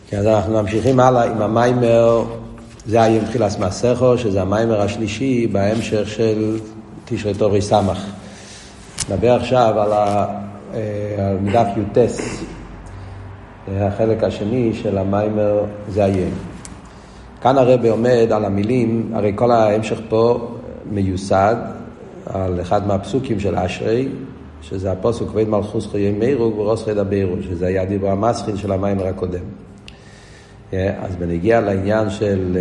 כן, אז אנחנו ממשיכים הלאה עם המיימר, זה היום תחילת מסכו, שזה המיימר השלישי בהמשך של תשרי טוב סמך. נדבר עכשיו על מדף יוטס, החלק השני של המיימר זה היום. כאן הרב עומד על המילים, הרי כל ההמשך פה מיוסד על אחד מהפסוקים של אשרי, שזה הפסוק כבד מלכוס חיי מירוג ורוס חיי דברו, שזה היה דיבר המסחין של המיימר הקודם. אז בנגיע לעניין של,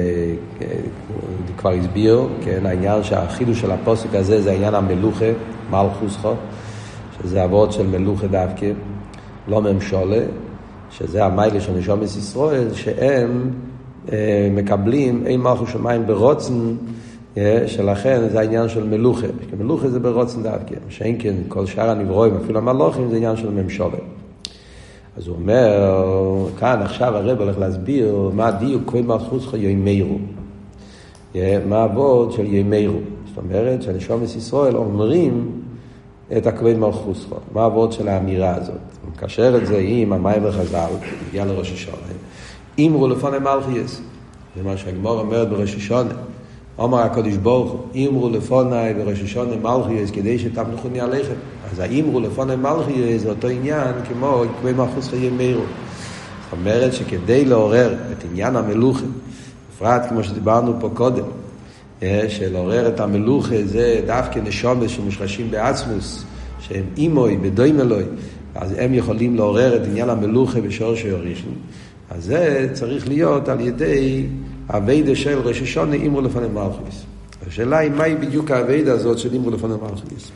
כבר הסביר, כן, העניין שהחידוש של הפסוק הזה זה העניין המלוכה, מלכוסכו, שזה עבוד של מלוכה דווקא, לא ממשולה, שזה המיילה של נשומת ישראל, שהם מקבלים אין מלכוס שמיים ברוצן, שלכן זה העניין של מלוכה, כי מלוכה זה ברוצן דווקא, שאין כן כל שאר הנברואים, אפילו המלוכים, זה עניין של ממשולה. אז הוא אומר, כאן עכשיו הרב הולך להסביר מה דיוק כבד מלכוסך ימירו. מה העבוד של ימירו. זאת אומרת, שנשומת ישראל אומרים את הכבד מלכוסך. מה העבוד של האמירה הזאת. הוא מקשר את זה עם המים וחז"ל, הגיע לראש השונה. אמרו לפני מלכיאס. זה מה שהגמרא אומרת בראש השונה. אומר הקדוש ברוך הוא, אמרו לפני בראש השונה מלכיאס, כדי שתמלכוני עליכם. אז האמרו לפני מלכיאס זה אותו עניין כמו כבד מלכוסך ימירו. זאת אומרת שכדי לעורר את עניין המלוכה, בפרט כמו שדיברנו פה קודם, שלעורר את המלוכה זה דווקא נשומת שמושרשים בעצמוס, שהם אימוי בדוים אלוי, אז הם יכולים לעורר את עניין המלוכה בשור שיורישן. אז זה צריך להיות על ידי הווידה של ראש השונה אמרו לפני מלכיאס. השאלה היא מהי בדיוק הווידה הזאת של אמרו לפני מלכיאס.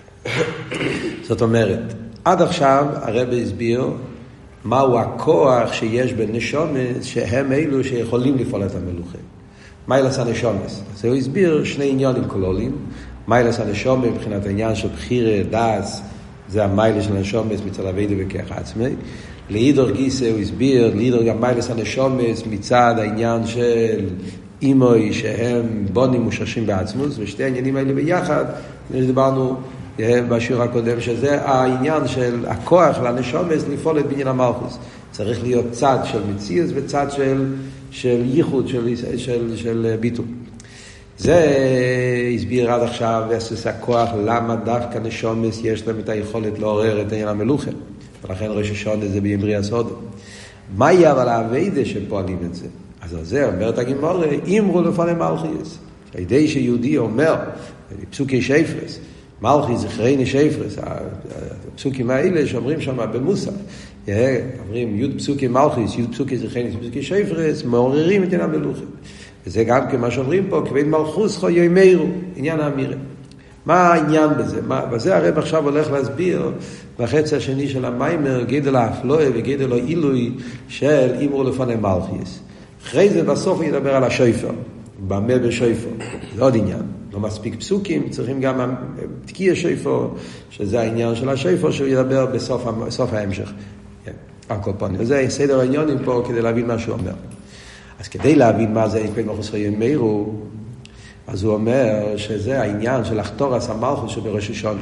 זאת אומרת, עד עכשיו הרב הסביר מהו הכוח שיש בנשומת שהם אלו שיכולים לפעול את המלוכה. מיילס הנשומת. אז הוא הסביר שני עניונים כלולים. מיילס הנשומת מבחינת העניין של בחירה, דאס, זה המיילס של הנשומת מצד הווידה וכך עצמי. להידור גיסא הוא הסביר, להידור גם מיילס הנשומת מצד העניין של אימוי שהם בונים מושרשים בעצמוס, ושתי העניינים האלה ביחד, דיברנו בשיעור הקודם, שזה העניין של הכוח לנשומת לפעול את בניין המלכוס. צריך להיות צד של מציאות וצד של ייחוד, של ביטול. זה הסביר עד עכשיו ועשס הכוח למה דווקא נשומת יש להם את היכולת לעורר את העניין המלוכה. ולכן ראש השונה זה באמרי הסוד. מה יהיה אבל העבודה שפועלים את זה? אז על זה אומרת הגמרא, אמרו לפני מלכיאס. הידי שיהודי אומר, פסוקי שפרס, מלכי זכרני שפרס, הפסוקים האלה שאומרים שם במוסף, אומרים י' פסוקי מלכיס, י' פסוקי זכרני, פסוקי שפרס, מעוררים את עניין המלוכה. וזה גם כמה שאומרים פה, כבד מלכוסך ימירו, עניין האמירה. מה העניין בזה? בזה הרב עכשיו הולך להסביר בחצי השני של המיימר, גדל האפלואה וגדל העילוי של אמרו לפני מלכיאס. אחרי זה בסוף הוא ידבר על השופר, במה בשופר. זה עוד עניין. לא מספיק פסוקים, צריכים גם תקיע שופר, שזה העניין של השופר, שהוא ידבר בסוף ההמשך. על כל פנים. וזה סדר העניונים פה כדי להבין מה שהוא אומר. אז כדי להבין מה זה כבד מלכוסך ימירו, אז הוא אומר שזה העניין של לחתורס המלכוס שבראש השונה.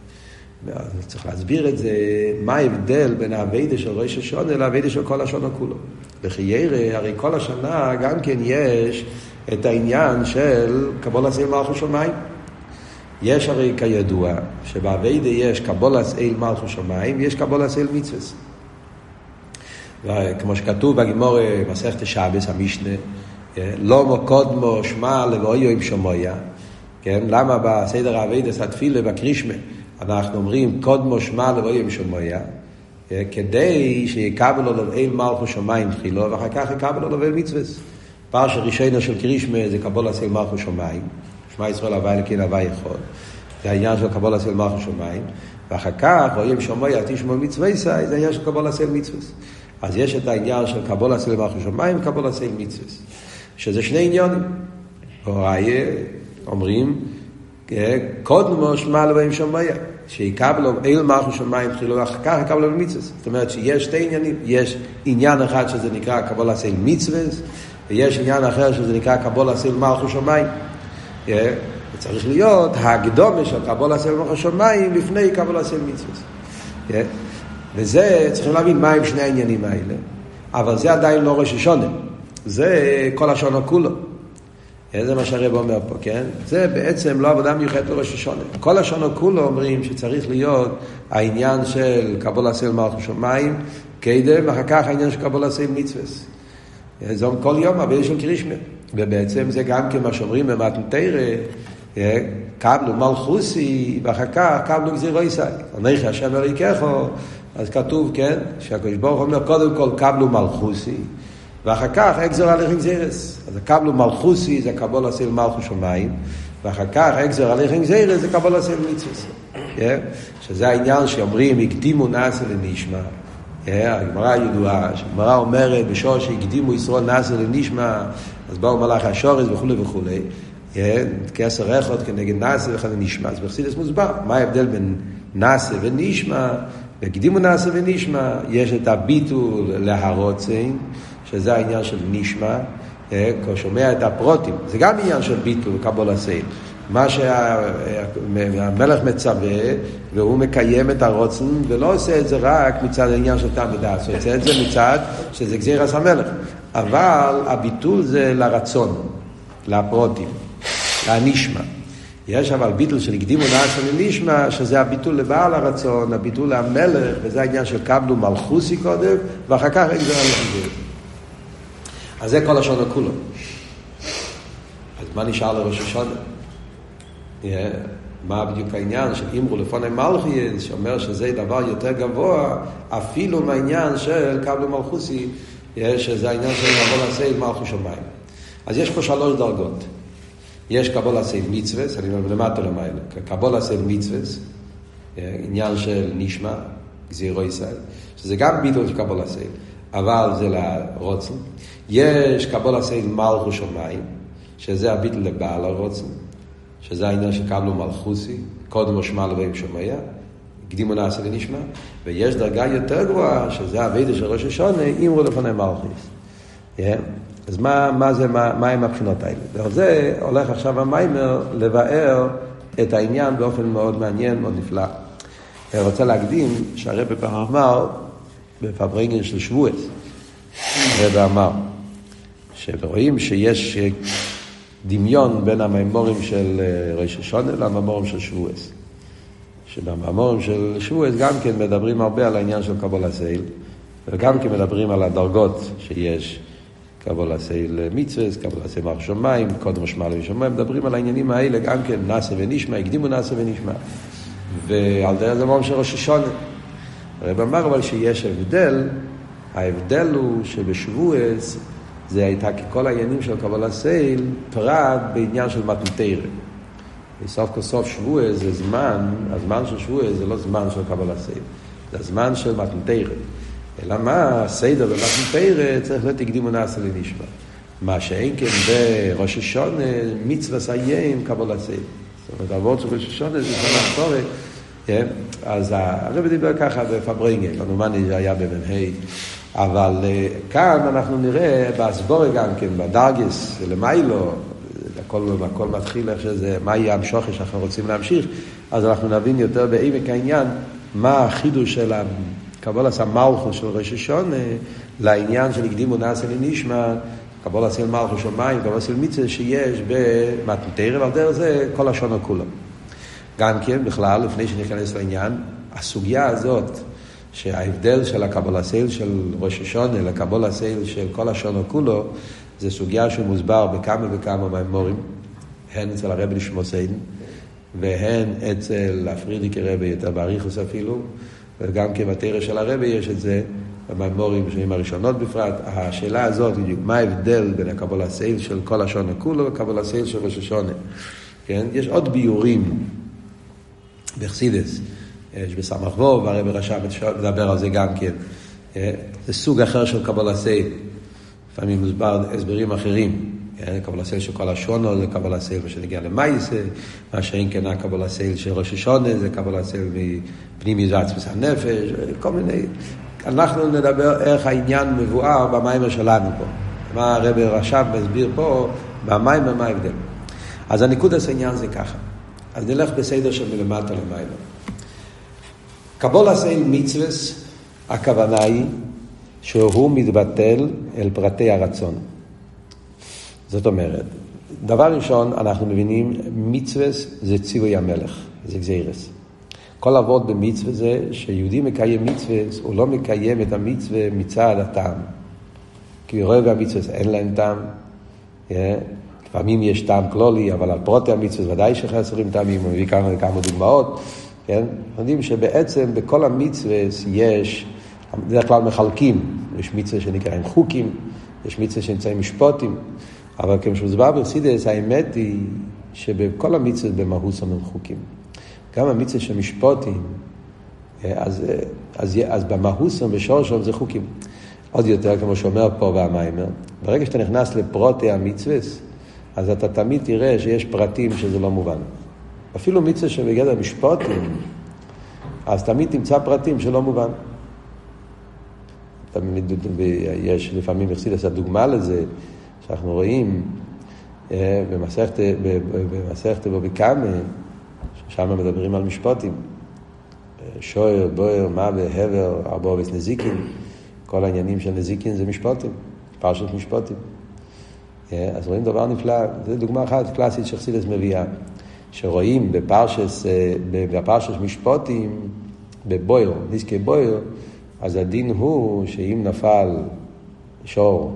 צריך להסביר את זה, מה ההבדל בין העבודה של ראש השונה לעבודה של כל השונה כולו. בחיירה, הרי כל השנה גם כן יש את העניין של קבולת אל מלכות שמיים. יש הרי כידוע שבעבודה יש קבולת אל מלכות שמיים ויש קבולת אל מצוות. וכמו שכתוב בגמרא מסכת שבס המשנה, לא קודמו שמע לבואיו עם שמויה, כן? למה בסדר העבודה התפילה בקרישמה אנחנו אומרים קודמו שמע לבואיו עם שמויה? כדי שיקבל לו אל מלכות שמיים תחילו ואחר כך יקבל לו אל מצוות. פרשה ראשונה של קרישמה זה קבולת אל מלכות שמיים, שמע ישראל הווי אלוקים הווי אחד, זה העניין של קבולת אל מלכות שמיים, ואחר כך רואים עם שמויה תשמעו מצוות, זה העניין של קבולת אל מצוות. אז יש את העניין של קבולת אל מלכות שמיים וקבולת אל מצוות, שזה שני עניונים. אומרים קודמו שמע לבואיו עם שמויה, שיקבלו אל מלכות שמיים תחילו ואחר כך יקבלו אל מצוות. זאת אומרת שיש שתי עניינים, יש עניין אחד שזה נקרא קבולת אל מצוות, ויש עניין אחר שזה נקרא קבולת אל מלכות שמיים. צריך להיות הקדומה של קבולת אל מלכות שמיים לפני קבולת אל מצוות. וזה צריכים להבין מה הם שני העניינים האלה. אבל זה עדיין לא ראש השונה, זה כל השונה כולו. זה מה שהרב אומר פה, כן? זה בעצם לא עבודה מיוחדת לראש השונה. כל השונה כולו אומרים שצריך להיות העניין של קבול עשה מלכות שמיים קדם, ואחר כך העניין של קבול עשה מצווס. זה כל יום עבודה של קרישמה. ובעצם זה גם כמה שאומרים במתן תורה, קבלו מלכוסי, ואחר כך קבלו גזירו ישראל. אנכי השם אלוהיכךו, אז כתוב, כן, שהקדוש ברוך אומר קודם כל קבלו מלכוסי, ואחר כך אגזר עליכם גזירס. אז קבלו מלכוסי זה קבול עשה מלכות שמיים, ואחר כך אגזר עליכם גזירס זה קבול עשה מצווס. שזה העניין שאומרים הקדימו נעשה לנשמה. הגמרא הידועה, שהגמרא אומרת בשור שהקדימו ישראל נעשה לנשמה, אז באו מלאך השורש וכו' וכו'. כעשר אחד כנגד נעשה ואחד לנשמה. אז בחסידות מוסבר מה ההבדל בין נעשה ונשמה. בקדימו נעשה ונשמה יש את הביטול להרוצן, שזה העניין של נשמה, שומע את הפרוטים, זה גם עניין של ביטול קבול עשה, מה שהמלך מצווה והוא מקיים את הרוצן, ולא עושה את זה רק מצד העניין של תלמיד דעת, הוא עושה את זה מצד שזה גזירת המלך, אבל הביטול זה לרצון, לפרוטים, לנשמה. יש אבל ביטול של הקדימו נעשה לנשמה, שזה הביטול לבעל הרצון, הביטול למלך, וזה העניין של קבלו מלכוסי קודם, ואחר כך אגזר עליכם. אז זה כל השונה כולו. אז מה נשאר לראש השונה? מה בדיוק העניין של אמרו לפני מלכי, שאומר שזה דבר יותר גבוה, אפילו מהעניין של קבלו מלכוסי, שזה העניין של קבול עשה מלכות שמיים. אז יש פה 3 דרגות. יש קבול עשה מצווס, אני אומר למטה למעלה, קבול עשה מצווס, עניין של נשמה, גזירו ישראל, שזה גם ביטול של קבול עשה, אבל זה לרוצן. יש קבול עשה מלכות שמיים, שזה הביטול לבעל הרוצן, שזה העניין של קבלו מלכוסי, קודם ושמע לבים שומע, הקדימו נעשה לנשמה, ויש דרגה יותר גבוהה, שזה הווידה של ראש השונה, אמרו לפני מלכי. אז מה הם הבחינות האלה? ועל זה הולך עכשיו המיימר לבאר את העניין באופן מאוד מעניין, מאוד נפלא. אני רוצה להקדים שהרב פעם אמר, בפברנגן של שבועס, הרב אמר, שרואים שיש דמיון בין המיימורים של ראש השונה למיימורים של שבועס. שבמיימורים של שבועס גם כן מדברים הרבה על העניין של קבול עשה, וגם כן מדברים על הדרגות שיש, קבול עשה מצווס, קבול עשה מלכות שמיים, קודם ושמע לבים שומע, מדברים על העניינים האלה גם כן, נעשה ונשמע, הקדימו נעשה ונשמע. ועל דרך זה של ראש השונה. הרב אמר אבל שיש הבדל, ההבדל הוא שבשבועס זה הייתה ככל העניינים של קבול עשה פרט בעניין של מתן תורה. בסוף כל סוף שבועס זה זמן, הזמן של שבועס זה לא זמן של קבול עשה, זה הזמן של מתן תורה. אלא מה? הסדר במתן תורה צריך להיות הקדימו נעשה לנשמה. מה שאין כן בראש השונה מצווה סיים קבול עשה. זאת אומרת, העבוד של ראש השונה זה שנה תורה. אז הרב דיבר ככה בפברנגן, כמובן זה היה במ"ה, אבל כאן אנחנו נראה בהסבורה גם כן, בדרגס, למיילו, הכל מתחיל איך שזה, מה יהיה המשוכש שאנחנו רוצים להמשיך, אז אנחנו נבין יותר בעמק העניין, מה החידוש של קבול עשה מלכות של ראש השונה, לעניין של הקדימו נעשה לנשמה, קבול עשה מלכות שמיים, קבול עשה מצווה שיש במתן תורה, ועל דרך זה כל השונה כולם. גם כן, בכלל, לפני שניכנס לעניין, הסוגיה הזאת, שההבדל של הקבול עשה של ראש השונה לקבול עשה של כל השונה כולו, זה סוגיה שמוסבר בכמה וכמה מהמורים, הן אצל הרב נשמוסיין, והן אצל הפרידיקי רבי יותר באריכוס אפילו, וגם כבתרא של הרבי יש את זה, במאמרים שהם הראשונות בפרט. השאלה הזאת, מה ההבדל בין הקבול עשה של כל השונה כולו וקבול עשה של ראש השונה? כן? יש עוד ביורים בחסידות, יש בסמ"ך וו, והרבי רש"ב מדבר על זה גם כן. זה סוג אחר של קבול עשה, לפעמים מוסבר הסברים אחרים. קבול עשה של כל השונה זה קבול עשה שנגיע למייסה, מה שאין כן הקבול עשה של ראש השונה זה קבול עשה מפנימי עצמוס הנפש, כל מיני. אנחנו נדבר איך העניין מבואר במיימר שלנו פה. מה הרבי רש"ב מסביר פה במיימר, מה ההבדל. אז הנקודת העניין זה ככה. אז נלך בסדר של מלמטה למיימר. קבול עשה מצווס, הכוונה היא שהוא מתבטל אל פרטי הרצון. זאת אומרת, דבר ראשון, אנחנו מבינים, מצווה זה ציווי המלך, זה גזירס. כל עבוד במצווה זה שיהודי מקיים מצווה, הוא לא מקיים את המצווה מצד הטעם. כי רוב המצווה אין להם טעם. לפעמים יש טעם כלולי, אבל על פרוטי המצווה ודאי שחסרים טעמים, הוא מביא כמה דוגמאות. יודעים שבעצם בכל המצווה יש, בדרך כלל מחלקים, יש מצווה שנקראים חוקים, יש מצווה שנמצאים משפוטים, אבל כשמוסבר בחסידות, האמת היא שבכל המצווה במהות הם חוקים. גם המצווה של משפוטים, אז במהות בשורשם זה חוקים. עוד יותר, כמו שאומר פה במיימר, ברגע שאתה נכנס לפרוטי המצווה, אז אתה תמיד תראה שיש פרטים שזה לא מובן. אפילו מצווה שבגדר משפוטים, אז תמיד תמצא פרטים שלא מובן. יש לפעמים בחסידות הדוגמה לזה, שאנחנו רואים במסכת בבא קמא, ששם מדברים על משפוטים. שוער, בוער, מוות, הבר, ארבעובס נזיקין, כל העניינים של נזיקין זה משפוטים, פרשת משפוטים. אז רואים דבר נפלא, זו דוגמה אחת קלאסית שחסידות מביאה, שרואים בפרשת משפוטים, בבוער, נזקי בוער, אז הדין הוא שאם נפל שור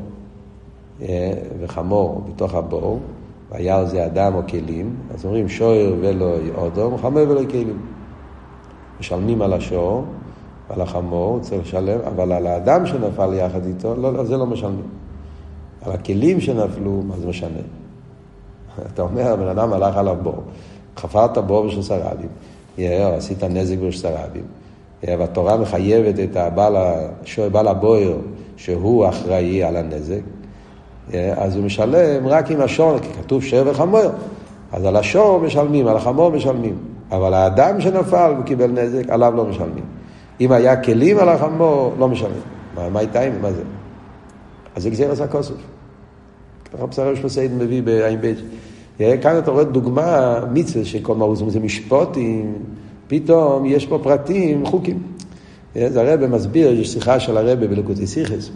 וחמור בתוך הבור, והיה על זה אדם או כלים, אז אומרים שור ולא אדם, חמור ולא כלים. משלמים על השור, על החמור, צריך לשלם, אבל על האדם שנפל יחד איתו, לא, זה לא משלמים. על הכלים שנפלו, מה זה משנה? אתה אומר, בן אדם הלך על הבור, חפרת בור בשל סרבים, עשית נזק בשל סרבים, והתורה מחייבת את בעל הבויר, שהוא אחראי על הנזק, אז הוא משלם רק עם השור, כי כתוב שור וחמור, אז על השור משלמים, על החמור משלמים, אבל האדם שנפל וקיבל נזק, עליו לא משלמים. אם היה כלים על החמור, לא משלמים. מה איתיים? מה זה? אז זה גזירס הכוסף. ככה בסדר שפסייד מביא בעין בית. כאן אתה רואה דוגמה, מצווה שכל מהות זה משפוטים, פתאום יש פה פרטים, חוקים. זה הרב מסביר, יש שיחה של הרב בליקוטי שיחס,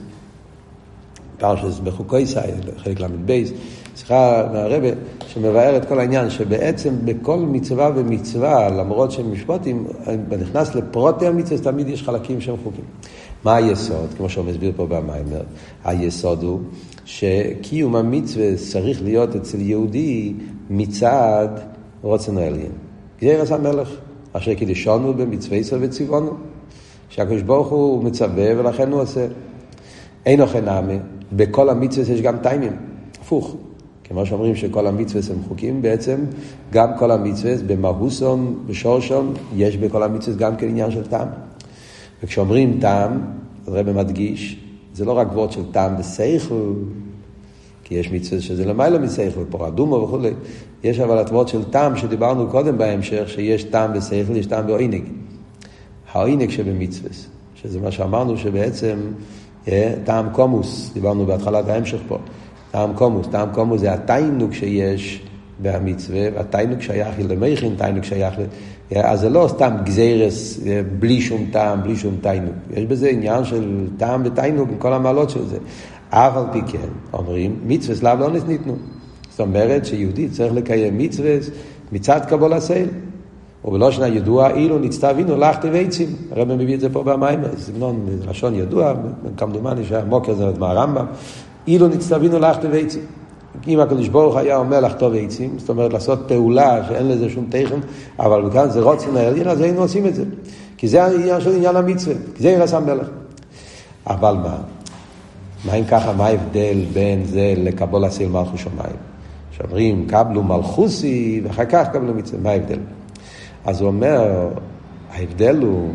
פרשס בחוקי סייל, חלק למד בייס, שיחה מהרב שמבאר את כל העניין, שבעצם בכל מצווה ומצווה, למרות שהם משפוטים, נכנס לפרוטי המצווה, תמיד יש חלקים שהם חוקים. מה היסוד? כמו שהוא מסביר פה במיימר, היסוד הוא שקיום המצווה צריך להיות אצל יהודי מצד רוצן העליון. גזירס המלך, אשר קידשנו במצווה ישראל וציוונו, שהקדוש ברוך הוא מצווה ולכן הוא עושה. אין אוכן נעמה, בכל המצווה יש גם טיימים, הפוך. כמו שאומרים שכל המצווה הם חוקים, בעצם גם כל המצווה במהוסון, בשורשון, יש בכל המצווה גם כן עניין של טעם. וכשאומרים טעם, הרב מדגיש, זה לא רק וורד של טעם ושכל, כי יש מצווה שזה למעלה משכל, פה אדומו וכו'. יש אבל התוורד של טעם שדיברנו קודם בהמשך, שיש טעם ושכל, יש טעם ועינג. העינג שבמצווה, שזה מה שאמרנו שבעצם טעם קומוס, דיברנו בהתחלת ההמשך פה, טעם קומוס זה התיינוק שיש במצווה, והתיינוק שייך למכין, תיינוק שייך אז זה לא סתם גזירס בלי שום טעם, בלי שום תיינוק. יש בזה עניין של טעם ותיינוק עם כל המעלות של זה. אף על פי כן, אומרים, מצווה סלאב לא ניתנו. זאת אומרת שיהודי צריך לקיים מצווה מצד קבול הסייל. ובלושן הידוע, אילו נצטווינו לך תביצים. הרב מביא את זה פה במיימר, זה סגנון לשון ידוע, כמדומני שהמוקר זה מהרמב"ם. אילו נצטווינו לך תביצים. אם הקדוש ברוך היה אומר לחטוב עצים, זאת אומרת לעשות פעולה שאין לזה שום תכן, אבל כאן זה רוצן העליון, אז היינו עושים את זה. כי זה העניין של עניין המצווה, כי זה ירס המלך. אבל מה אם ככה, מה ההבדל בין זה לקבול הסייל מלכות שמיים? שאומרים, קבלו מלכוסי, ואחר כך קבלו מצווה, מה ההבדל? אז הוא אומר, ההבדל הוא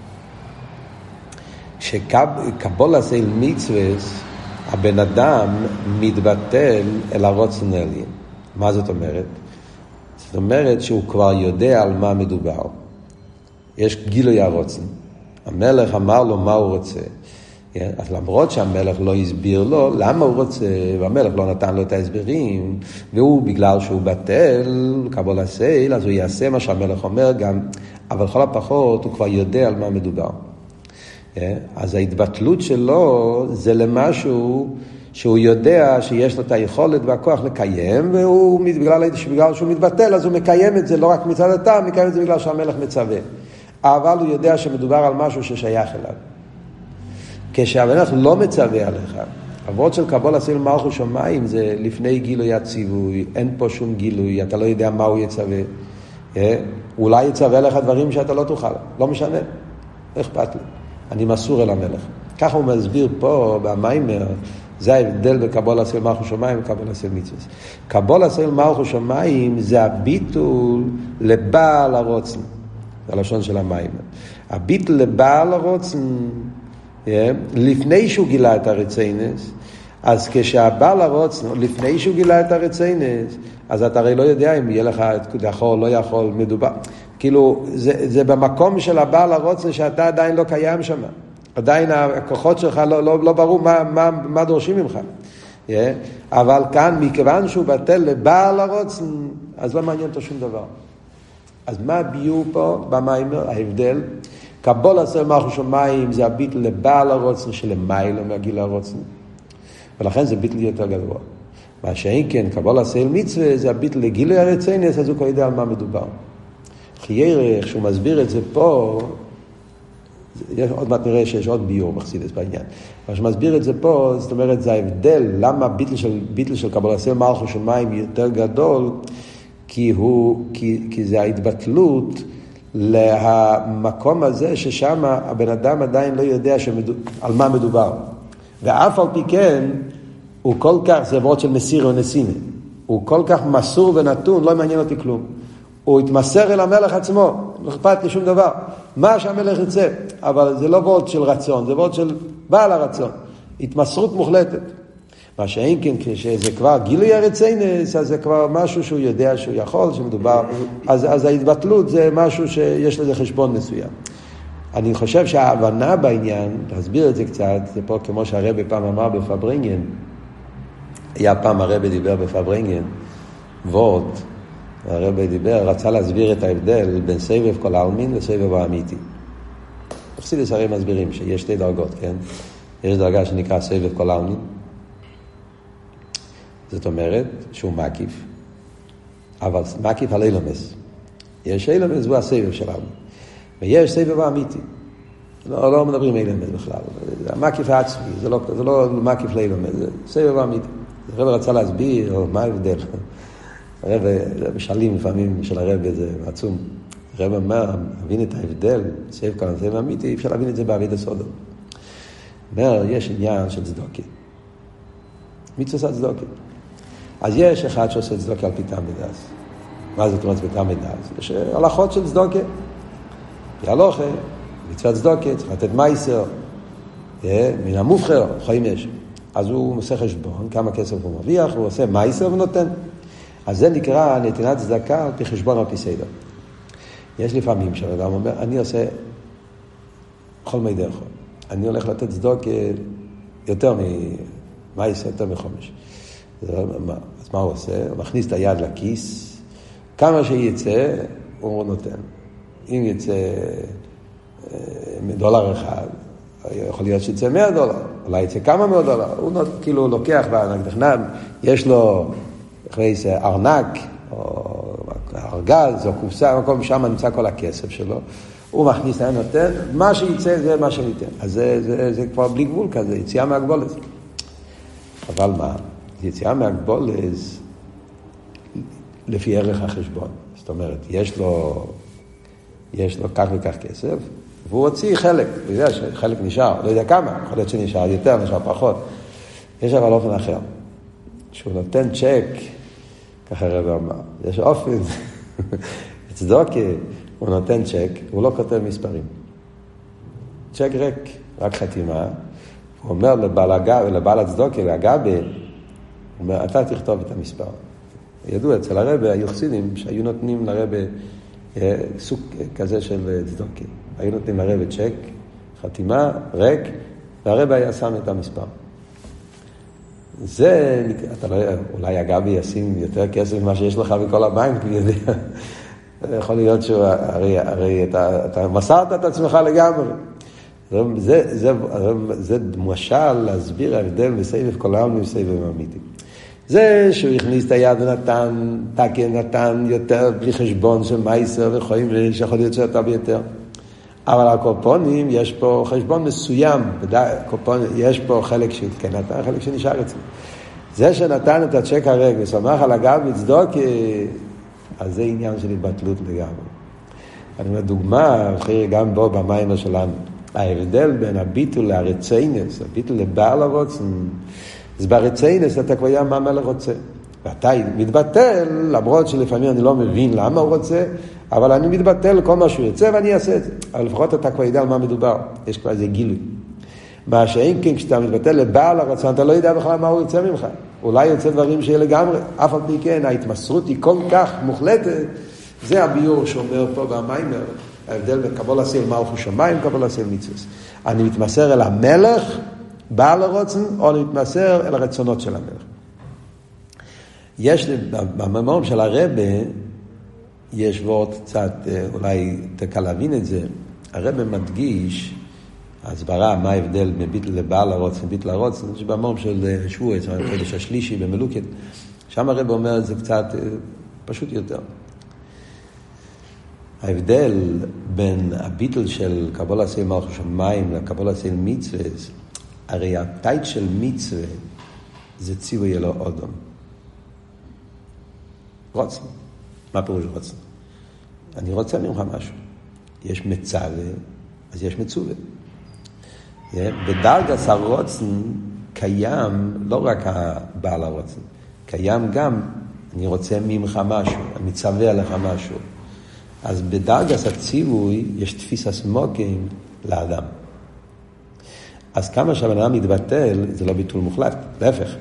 שקבול הסייל מצווה, הבן אדם מתבטל אל הרוצן העליון. מה זאת אומרת? זאת אומרת שהוא כבר יודע על מה מדובר. יש גילוי הרוצן. המלך אמר לו מה הוא רוצה. אז למרות שהמלך לא הסביר לו למה הוא רוצה, והמלך לא נתן לו את ההסברים, והוא בגלל שהוא בטל, קבול הסייל, אז הוא יעשה מה שהמלך אומר גם, אבל כל הפחות הוא כבר יודע על מה מדובר. אז ההתבטלות שלו זה למשהו שהוא יודע שיש לו את היכולת והכוח לקיים, והוא בגלל שהוא מתבטל אז הוא מקיים את זה לא רק מצד הטעם, מקיים את זה בגלל שהמלך מצווה, אבל הוא יודע שמדובר על משהו ששייך אליו. כשהמלך לא מצווה עליך, עבוד של קבול עשה למלכות שמיים זה לפני גילוי הציווי, אין פה שום גילוי, אתה לא יודע מה הוא יצווה, אולי יצווה לך דברים שאתה לא תוכל, לא משנה, אכפת לי, אני מסור אל המלך. ככה הוא מסביר פה במיימר, זה ההבדל בקבול עשה למלכות שמיים וקבול עשה מצווה. קבול עשה למלכות שמיים זה הביטול לבעל הרוצן, זה הלשון של המיימר. הביטול לבעל הרוצן לפני שהוא גילה את הרציינס, אז כשהבעל הרוצן לפני שהוא גילה את הרציינס, אז אתה הרי לא יודע אם יהיה לך יכול לא יכול, מדובר כאילו זה במקום של הבעל הרוצן שאתה עדיין לא קיים שם, עדיין הכוחות שלך לא ברור מה דורשים ממך, אבל כאן מכיוון שהוא בטל לבעל הרוצן אז לא מעניין אותו שום דבר. אז מה הביאו פה במיימר? ההבדל קבול עשה למלכות שמיים זה הביטל לבעל הרוצן שלמיילו מהגיל הרוצן, ולכן זה ביטל יותר גדול. מה שאין כן קבול עשה למצווה זה הביטל לגילוי הרציינס, אז הוא כבר יודע על מה מדובר. חייך שהוא מסביר את זה פה, עוד מעט נראה שיש עוד ביור בחסידות בעניין, אבל שמסביר את זה פה, זאת אומרת זה ההבדל למה ביטל של קבול עשה למלכות שמיים יותר גדול, כי זה ההתבטלות למקום הזה ששם הבן אדם עדיין לא יודע על מה מדובר, ואף על פי כן הוא כל כך, זה עבוד של מסיר ונסיני, הוא כל כך מסור ונתון, לא מעניין אותי כלום, הוא התמסר אל המלך עצמו, לא אכפת לי שום דבר מה שהמלך יצא, אבל זה לא עבוד של רצון, זה עבוד של בעל הרצון, התמסרות מוחלטת. מה שאין כן כשזה כבר גילוי הרציינס, אז זה כבר משהו שהוא יודע שהוא יכול, שמדובר, אז ההתבטלות זה משהו שיש לזה חשבון מסוים. אני חושב שההבנה בעניין, להסביר את זה קצת, זה פה כמו שהרבא פעם אמר בפברנגן, היה פעם הרבא דיבר בפברנגן, וורט, הרבא דיבר, רצה להסביר את ההבדל בין סבב כל העלמין וסבב האמיתי. חסידות הרי מסבירים שיש שתי דרגות, כן? יש דרגה שנקרא סבב כל העלמין, זאת אומרת שהוא מקיף, אבל מקיף על אילומס. יש אילומס הוא הסבב שלנו, ויש סבב האמיתי. לא מדברים אילומס בכלל, זה המקיף העצמי, זה לא מקיף לאילומס, זה סבב האמיתי. הרב רצה להסביר מה ההבדל. הרב בשלים לפעמים של הרב זה עצום. הרב אמר, להבין את ההבדל, סבב כאן סבב האמיתי, אפשר להבין את זה בעביד הסודום. אומר, יש עניין של צדוקה. מצוות הצדוקה. אז יש אחד שעושה צדוקה על פי טעם ודעת. מה זאת אומרת בטעם ודעת? יש הלכות של צדוקה. בהלוכה, מצוות צדוקה, צריך לתת מייסר, מן המובחר, חיים יש. אז הוא עושה חשבון, כמה כסף הוא מרוויח, הוא עושה מייסר ונותן. אז זה נקרא נתינת צדקה על פי חשבון על פי סדר. יש לפעמים שהאדם אומר, אני עושה כל מי דרך. אני הולך לתת צדוקה יותר ממייסר, יותר מחומש. אז מה הוא עושה? הוא מכניס את היד לכיס, כמה שיצא הוא נותן. אם יצא $1 אחד, יכול להיות שיצא $100, אולי יצא כמה $100, הוא כאילו לוקח בארנק, יש לו אחרי זה ארנק, או ארגז, או קופסה, מקום שם נמצא כל הכסף שלו, הוא מכניס, היה נותן, מה שיצא זה מה שניתן. אז זה כבר בלי גבול כזה, יציאה מהגבולת. אבל מה? יציאה מהגבולת לפי ערך החשבון. זאת אומרת, יש לו כך וכך כסף, והוא הוציא חלק, הוא יודע שחלק נשאר, לא יודע כמה, יכול להיות שנשאר יותר, נשאר פחות. יש אבל אופן אחר, שהוא נותן צ'ק, ככה הרב אמר, יש אופן, צדוקה, הוא נותן צ'ק, הוא לא כותב מספרים. צ'ק ריק, רק חתימה, הוא אומר לבעל הצדוקה, לאגבה, הוא אומר, אתה תכתוב את המספר. ידוע אצל הרב, היו חסידים שהיו נותנים לרב סוג כזה של צדוקה. היו נותנים לרב צ'ק, חתימה, ריק, והרב היה שם את המספר. זה, אתה לא, אולי הגבי ישים יותר כסף ממה שיש לך בכל הבנק, אני יודע. יכול להיות שהוא, הרי אתה מסרת את עצמך לגמרי. זה משל להסביר ההבדל בסבב כל העולם ובסבב אמיתי. זה שהוא הכניס את היד ונתן, תקן נתן יותר בלי חשבון של מייסר וחיים שיכול להיות יותר ביותר. אבל הקורפונים יש פה חשבון מסוים, יש פה חלק שכן נתן, חלק שנשאר אצלי. זה שנתן את הצ'ק הרג ושמח על הגב מצדוק, אז זה עניין של התבטלות לגמרי. אני אומר דוגמה, גם בו במים שלנו, ההבדל בין הביטול להרציינס, הביטול לבעל הרוצן, אז ברציינס אתה כבר יודע מה המלך רוצה. ואתה מתבטל, למרות שלפעמים אני לא מבין למה הוא רוצה, אבל אני מתבטל כל מה שהוא יוצא ואני אעשה את זה. אבל לפחות אתה כבר יודע על מה מדובר. יש כבר איזה גילוי. מה שאין כן, כשאתה מתבטל לבעל הרצון, אתה לא יודע בכלל מה הוא יוצא ממך. אולי יוצא דברים שיהיה לגמרי. אף על פי כן, ההתמסרות היא כל כך מוחלטת. זה הביור שאומר פה במיימר. ההבדל בין קבול עשיל מלכות שמיים, קבול עשיל מצווה. אני מתמסר אל המלך, בעל הרצון, או אני מתמסר אל הרצונות של המלך. יש במאמרים של הרבי, יש וורט קצת, אולי תקל להבין את זה, הרבי מדגיש, הסברה, מה ההבדל מביטל לבעל הרוצן, ביטל הרוצן, שבמאמרים של שבוע, חודש השלישי במלוקת, שם הרבי אומר את זה קצת פשוט יותר. ההבדל בין הביטל של קבול עשיל מלכות שמיים לקבול עשיל מצווה, הרי הטייט של מצווה זה ציווי אלוה אדם. רוצן. מה פירוש רוצן? אני רוצה ממך משהו. יש מצווה, אז יש מצווה. בדרגת הרוצן קיים לא רק הבעל הרוצן, קיים גם אני רוצה ממך משהו, אני מצווה עליך משהו. אז בדרגת הציווי יש תפיסה סמוקים לאדם. אז כמה שהבן אדם מתבטל, זה לא ביטול מוחלט, להפך.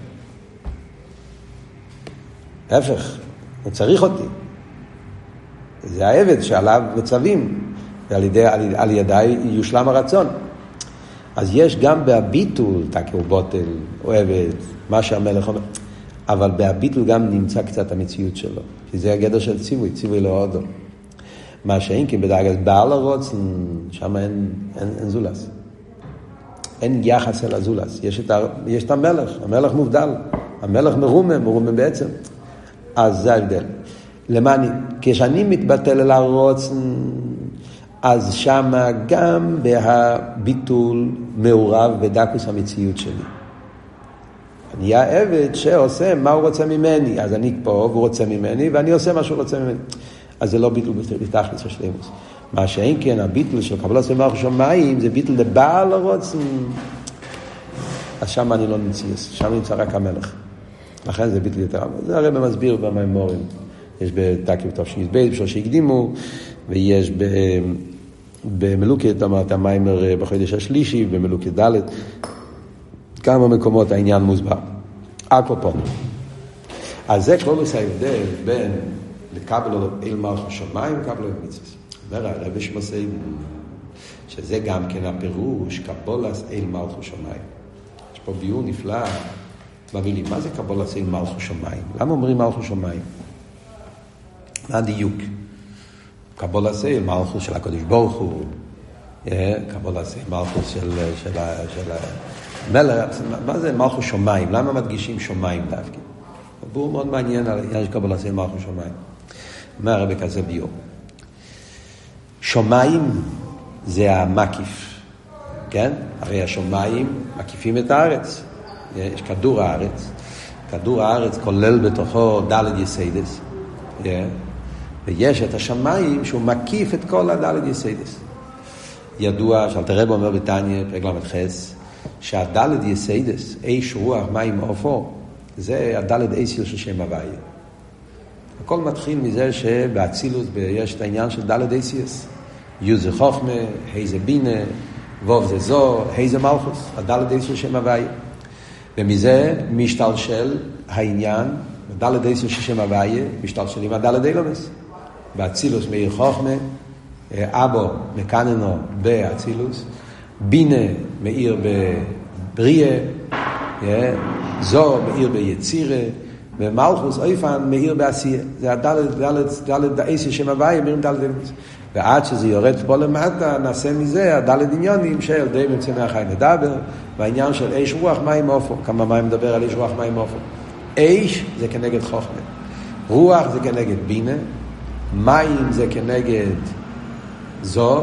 להפך, הוא צריך אותי. זה העבד שעליו מצווים, ועל ידי יושלם הרצון. אז יש גם בהביטול, תקי הוא בוטל, הוא עבד, מה שהמלך אומר, אבל בהביטול גם נמצא קצת המציאות שלו, כי זה הגדר של ציווי, ציווי לא אודו. מה שאין כי בדרגת בעל הרוצן, שם אין זולס. אין יחס אל הזולס. יש את המלך, המלך מובדל, המלך מרומם בעצם. אז זה ההבדל. כשאני מתבטל אל הרוצן, אז שם גם בהביטול מעורב בדקוס המציאות שלי. אני העבד שעושה מה הוא רוצה ממני, אז אני פה והוא רוצה ממני, ואני עושה מה שהוא רוצה ממני. אז זה לא ביטול בתכלס השלמות. מה שאין כן, הביטול של קבלת עשיל מלכות שמיים, זה ביטול לבעל הרוצן. אז שם אני לא נמצא, שם נמצא רק המלך. לכן זה ביטול יותר. זה הרי במסביר במיימורים. יש בתקיף תש"ב, בשביל שהקדימו, ויש במלוקת, אמרת המיימר בחודש השלישי, במלוקת ד' כמה מקומות העניין מוסבר. הקופון. אז זה כל ההבדל בין לקבל אל מלכות שמיים וקבל אל מצווה. אומר הרבי שמסעי שזה גם כן הפירוש קבולת אל מלכות שמיים. יש פה ביור נפלא במילים. מה זה קבולת אל מלכות שמיים? למה אומרים מלכות שמיים? מה הדיוק? קבולת אל מלכות של הקדוש ברוך הוא, קבולת אל מלכות של המלך. מה זה מלכות שמיים? למה מדגישים שמיים דווקא? בור מאוד מעניין על העניין של קבולת אל מלכות שמיים. אומר הרבי כזה ביור. שמיים זה המקיף, כן? הרי השמיים מקיפים את הארץ. יש כדור הארץ. כדור הארץ כולל בתוכו ד' יסיידס. ויש את השמיים שהוא מקיף את כל הד' יסיידס. ידוע שאלתר רבי אומר בתניא, פרק ל"ח, שהד' יסיידס, איש רוח מים עופר, זה הד' איסיל של שם הוויה. הכל מתחיל מזה שבאצילות יש את העניין של ד' איסיס. י' זה חוכמה, ה' זה בינה, ו' זה זו, ה' זה מלכוס, הד' איסיל של שם הוויה. ומזה משתלשל העניין, ד' איסיל של שם הוויה, משתלשלים הד' אילומס. באצילוס מאיר חוכמה, אבו מקננו באצילוס, בינה מאיר בבריאה, זו מאיר ביצירה, ומלכוס אופן מאיר בעשייה. זה הדלת דאיסי שם הוויה, מאירים דלת דאיסי. ועד שזה יורד פה למטה, נעשה מזה הדלת עניונים של די מצא מהחי נדבר, והעניין של אש רוח מים אופו. כמה מים מדבר על אש רוח מים אופו? אש זה כנגד חוכמה, רוח זה כנגד בינה, מים זה כנגד זו,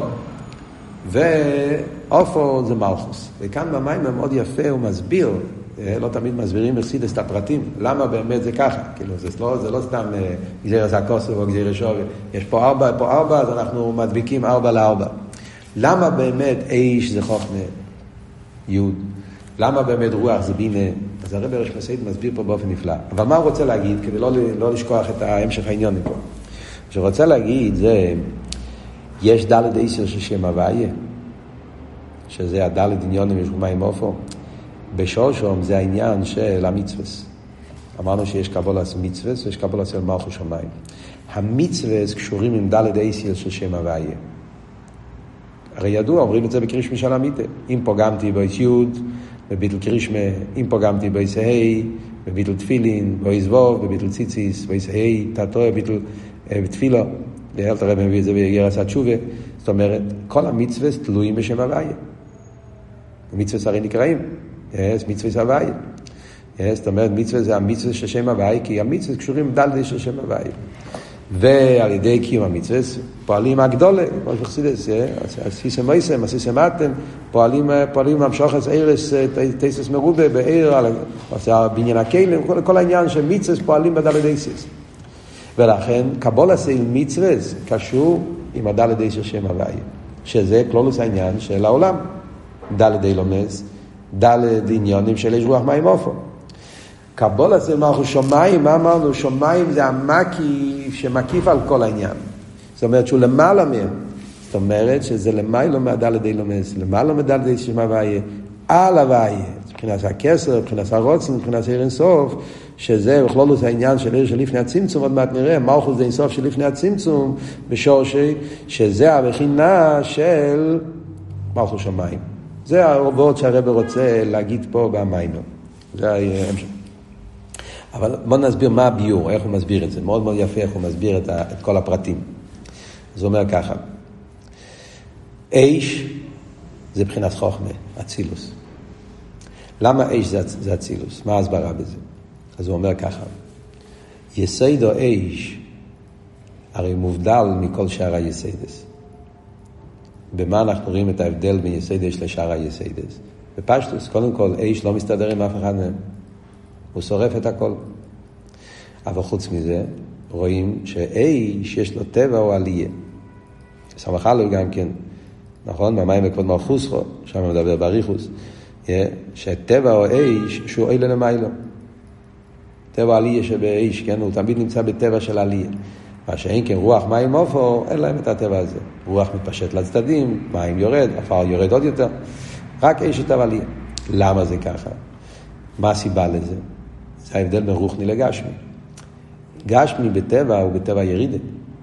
ואופו זה מלכוס. וכאן במים מאוד יפה הוא מסביר, לא תמיד מסבירים בחסידות את הפרטים, למה באמת זה ככה. כאילו זה לא סתם גזירס הכוסף או גזירס שווי. יש פה ארבע, אז אנחנו מדביקים 4 ל-4. למה באמת אש זה חוכמה יוד? למה באמת רוח זה בינה? אז הרב ראש חסיד מסביר פה באופן נפלא. אבל מה הוא רוצה להגיד, כדי לא לשכוח את ההמשך העניין פה? שרוצה להגיד זה, יש דלת עשר של שם הוויה, שזה הדלת עניונים יש מים אופו. בשורשום זה העניין של המצווס. אמרנו שיש קבולת מצווס ויש קבולת של מלכות שמיים. המצווס קשורים עם דלת עשר של שם הוויה. הרי ידוע, אומרים את זה בקרישמי של המיטה. אם פוגמתי באיס יוד, בביטל קרישמה, אם פוגמתי באיס ה', בביטל תפילין, באיס ווב, בביטל ציציס, באיס ה', תתוי, בביטל תפילו. ואלת הרב מביא את זה בגרס התשובה. זאת אומרת, כל המצווס תלויים בשם הוויה. המצווס הרי נקראים. מצווס הוויה. זאת אומרת, מצווס זה המצווס של שם הוויה, כי המצווס קשורים דלת של שם הוויה. ועל ידי קיום המצווס פועלים הגדולה, כמו שחסידס, הסיסם מויסם, הסיסם אתם, פועלים המשוחס ערס, תסס מרובה, בעיר, בניין הכלים, כל העניין של מצווס פועלים בדלת איסס. ולכן, קבולה של מצווס קשור עם הדלת איסס של שם הוויה, שזה כלולוס העניין של העולם. דלת אילומס, דלת עניונים של אש רוח מים אופו. קבולה של מלכות שמיים, מה אמרנו? שמיים זה המקיף שמקיף על כל העניין. זאת אומרת שהוא למעלה מהם. זאת אומרת שזה למעלה מהדלת אילומס, למעלה מהדלת איסס שם הוויה, על הוויה. מבחינת הכסר, מבחינת הרוצן, מבחינת עיר אינסוף, שזה בכלולוס העניין של עיר של לפני הצמצום, עוד מעט נראה, מלכות זה אינסוף של לפני הצמצום, בשורשי, שזה הבחינה של מלכות שמיים. זה הרבות שהרב רוצה להגיד פה במיימר. זה ההמשך. אבל בוא נסביר מה הביור, איך הוא מסביר את זה. מאוד מאוד יפה איך הוא מסביר את כל הפרטים. זה אומר ככה. אש זה בחינת חוכמה, אצילוס. למה אש זה אצילוס? מה ההסברה בזה? אז הוא אומר ככה. יסוד האש הרי מובדל מכל שאר היסודס. במה אנחנו רואים את ההבדל בין יסודס לשאר היסודס? בפשטוס, קודם כל, אש לא מסתדר עם אף אחד מהם. הוא שורף את הכל. אבל חוץ מזה, רואים שאש יש לו טבע או עלייה. סמכה לו גם כן, נכון? במים וכבוד מלכוסו, שם מדבר בריחוס, שטבע או אש שהוא אלה למיילו. טבע עלייה שבאש, כן? הוא תמיד נמצא בטבע של עלייה. מה שאין כן רוח מים אופו, אין להם את הטבע הזה. רוח מתפשט לצדדים, מים יורד, אפשר יורד עוד יותר. רק אש טבע עלייה. למה זה ככה? מה הסיבה לזה? זה ההבדל בין רוחני לגשמי. גשמי בטבע הוא בטבע ירידה.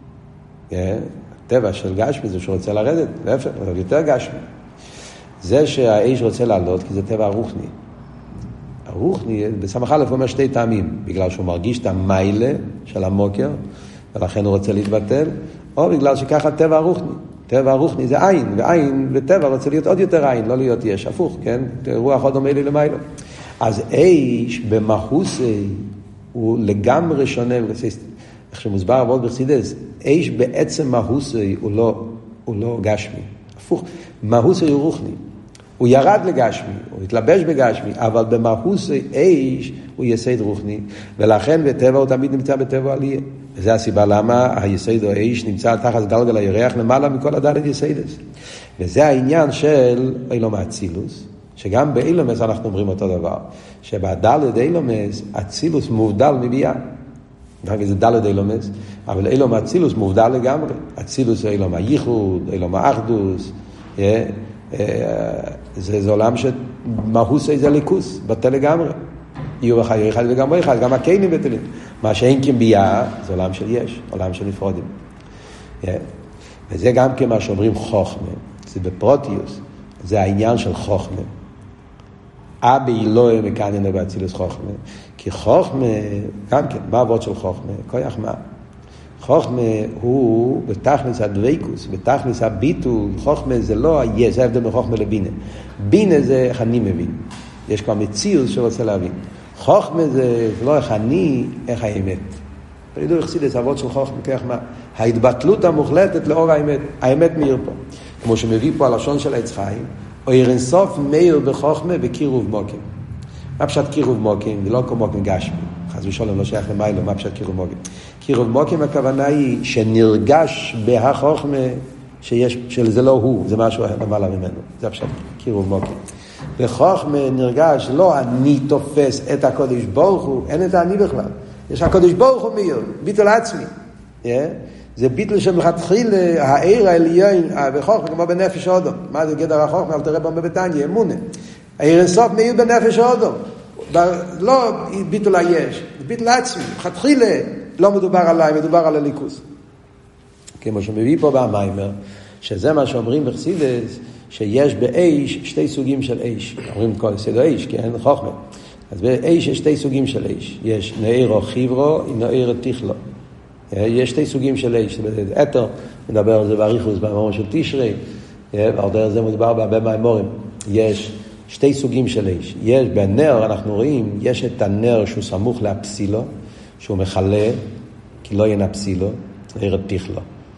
הטבע של גשמי זה שרוצה לרדת, להפך, אבל יותר גשמי. זה שהאש רוצה לעלות, כי זה טבע הרוחני. הרוחני, בסמך א' אומר 2 טעמים, בגלל שהוא מרגיש את המיילה של המוקר, ולכן הוא רוצה להתבטל, או בגלל שככה טבע הרוחני. טבע הרוחני זה עין, ועין וטבע רוצה להיות עוד יותר עין, לא להיות יש, הפוך, כן? רוח עוד עומד לי למיילה. אז אש במחוסי הוא לגמרי שונה, איך שמוסבר עבוד בחסידות, אש בעצם מחוסי הוא לא גשמי, הפוך, מחוסי הוא רוחני, הוא ירד לגשמי, הוא התלבש בגשמי, אבל במחוסי אש הוא יסוד רוחני, ולכן בטבע הוא תמיד נמצא בטבע עלייה, וזה הסיבה למה היסוד או אש נמצא תחת גלגל הירח למעלה מכל הדלת יסודס, וזה העניין של אילום האצילוס, שגם באילומס אנחנו אומרים אותו דבר, שבדלת אילומס אצילוס מובדל מביאה. זה דלת אילומס, אבל אילום אצילוס מובדל לגמרי. אצילוס זה אילום הייחוד, אילום האחדוס, זה עולם שמהוס איזה ליכוס, בטל לגמרי. יהיו וחיי אחד וגם בו אחד, גם הכלים בטלים. מה שאין כביאה, זה עולם של יש, עולם של נפרודים. וזה גם כמה שאומרים חוכמה, זה בפרוטיוס, זה העניין של חוכמה. אבי לא מקנן באצילוס חוכמה, כי חוכמה, גם כן, מה העבוד של חוכמה? כוח מה? חוכמה הוא בתכלס הדבקות, בתכלס הביטול. חוכמה זה לא היש, זה ההבדל בין חוכמה לבינה. בינה זה איך אני מבין. יש כבר מציאות שרוצה להבין. חוכמה זה לא איך אני, איך האמת. תגידו לחסידות העבוד של חוכמה, כוח מה? ההתבטלות המוחלטת לאור האמת. האמת מאיר פה. כמו שמביא פה הלשון של העץ חיים, או אירנסוף מאיר בחוכמה בקירוב מוקים. מה פשט קירוב מוקים? זה לא כמו מוקים גשמי. חס ושלום לא שייך למיילו, מה פשט קירוב מוקים? קירוב מוקים הכוונה היא שנרגש בהחוכמה שזה לא הוא, זה משהו למעלה ממנו. זה פשט קירוב מוקים. בחוכמה נרגש, לא אני תופס את הקודש ברוך הוא, אין את אני בכלל. יש הקודש ברוך הוא מאיר, ביטול עצמי. זה ביטול שמלכתחיל העיר העליון בחוכמה כמו בנפש האדם. מה זה גדר החוכמה? אל תראה בו בבטניה, אמונה. העיר אינסוף מאיר בנפש האדם. לא ביטול היש, זה ביטול עצמי. מלכתחיל לא מדובר עליי, מדובר על הליכוז. כמו שמביא פה במיימר, שזה מה שאומרים בחסידות, שיש באש שתי סוגים של אש. אומרים כל סדר אש, כן? חוכמה. אז באש יש שתי סוגים של אש. יש נעירו חיברו, נעירו תיכלו. יש שתי סוגים של אש. אתר, מדבר על זה באריכוס, במאמר של תשרי, ועל דרך זה מדובר בהרבה מהאמורים. יש שתי סוגים של אש. יש בנר, אנחנו רואים, יש את הנר שהוא סמוך לאפסילו, שהוא מחלה, כי לא יהיה אפסילו, נעירו תיכלו.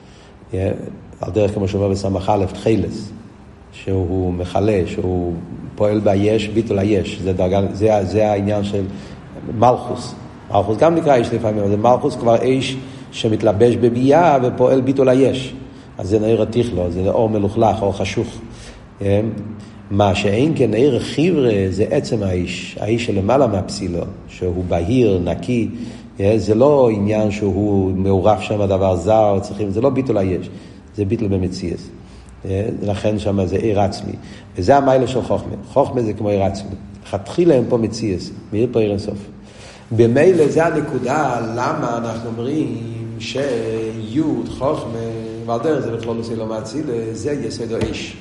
על דרך כמו שאומר בסמך א' תחילס, שהוא מחלה, שהוא פועל ביש, ביטול היש. זה העניין של מלכוס. מלכוס גם נקרא אש לפעמים, זה מלכוס כבר אש שמתלבש בבייה ופועל ביטול היש. אז זה נעיר התיכלו, זה אור מלוכלך, אור חשוך. מה שאין כן נעיר חיברה זה עצם האש, האש שלמעלה מהפסילו, שהוא בהיר, נקי. זה לא עניין שהוא מעורף שם הדבר זר, זה לא ביטול היש, זה ביטול במציאס. לכן שם זה עיר עצמי. וזה המיילה של חוכמה. חוכמה זה כמו עיר עצמי. חתחילה הם פה מציאס, מאיר פה עיר אינסוף. במיילה זה הנקודה למה אנחנו אומרים שיוד חוכמה, ועל דרך זה בכלול עושה לו מהצילה, זה יסוד האש.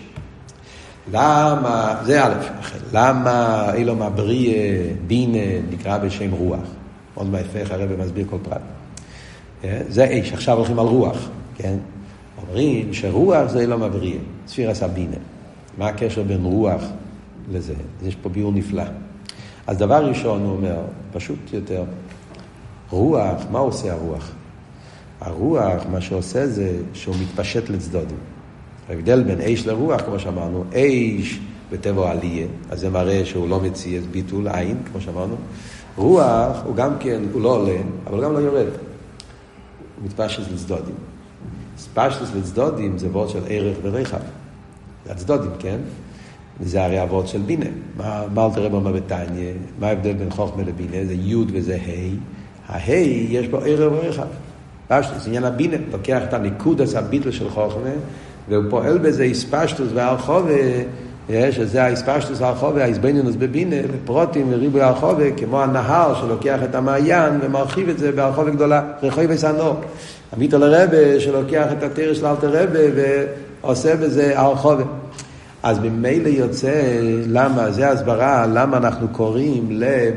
למה, זה א', למה אילו מהבריא בינה נקרא בשם רוח. עוד מהפך הרב מסביר כל פרט. זה אש, עכשיו הולכים על רוח, כן? אומרים שרוח זה לא מבריא, ספירס הבינה. מה הקשר בין רוח לזה? יש פה ביור נפלא. אז דבר ראשון הוא אומר, פשוט יותר, רוח, מה עושה הרוח? הרוח, מה שעושה זה שהוא מתפשט לצדדים. ההבדל בין אש לרוח, כמו שאמרנו, אש בטבע עלייה, אז זה מראה שהוא לא מציע ביטול עין, כמו שאמרנו. רוח הוא גם כן, הוא לא עולה, אבל גם לא יורד. הוא מתפשט לצדדים. ספשטוס לצדדים זה וורט של ערך ורחב. זה הצדדים, כן? וזה הרי הוורט של בינה. מה תראה במה בטניה? מה ההבדל בין חוכמה לבינה? זה י' וזה ה'. ה' יש בו ערך ורחב. פשטוס, עניין הבינה. לוקח את הניקודס הביטל של חוכמה, והוא פועל בזה ספשטוס והרחובה, שזה הספשטוס הרחובה, ההסבינינוס בבינה, לפרוטים וריבוי הרחובה, כמו הנהר שלוקח את המעיין ומרחיב את זה בהרחובה גדולה, רחוי וסנור. הביטל הרבה שלוקח את התרש של אלתר רבה ועושה בזה הרחובה. אז ממילא יוצא, למה, זה הסברה, למה אנחנו קוראים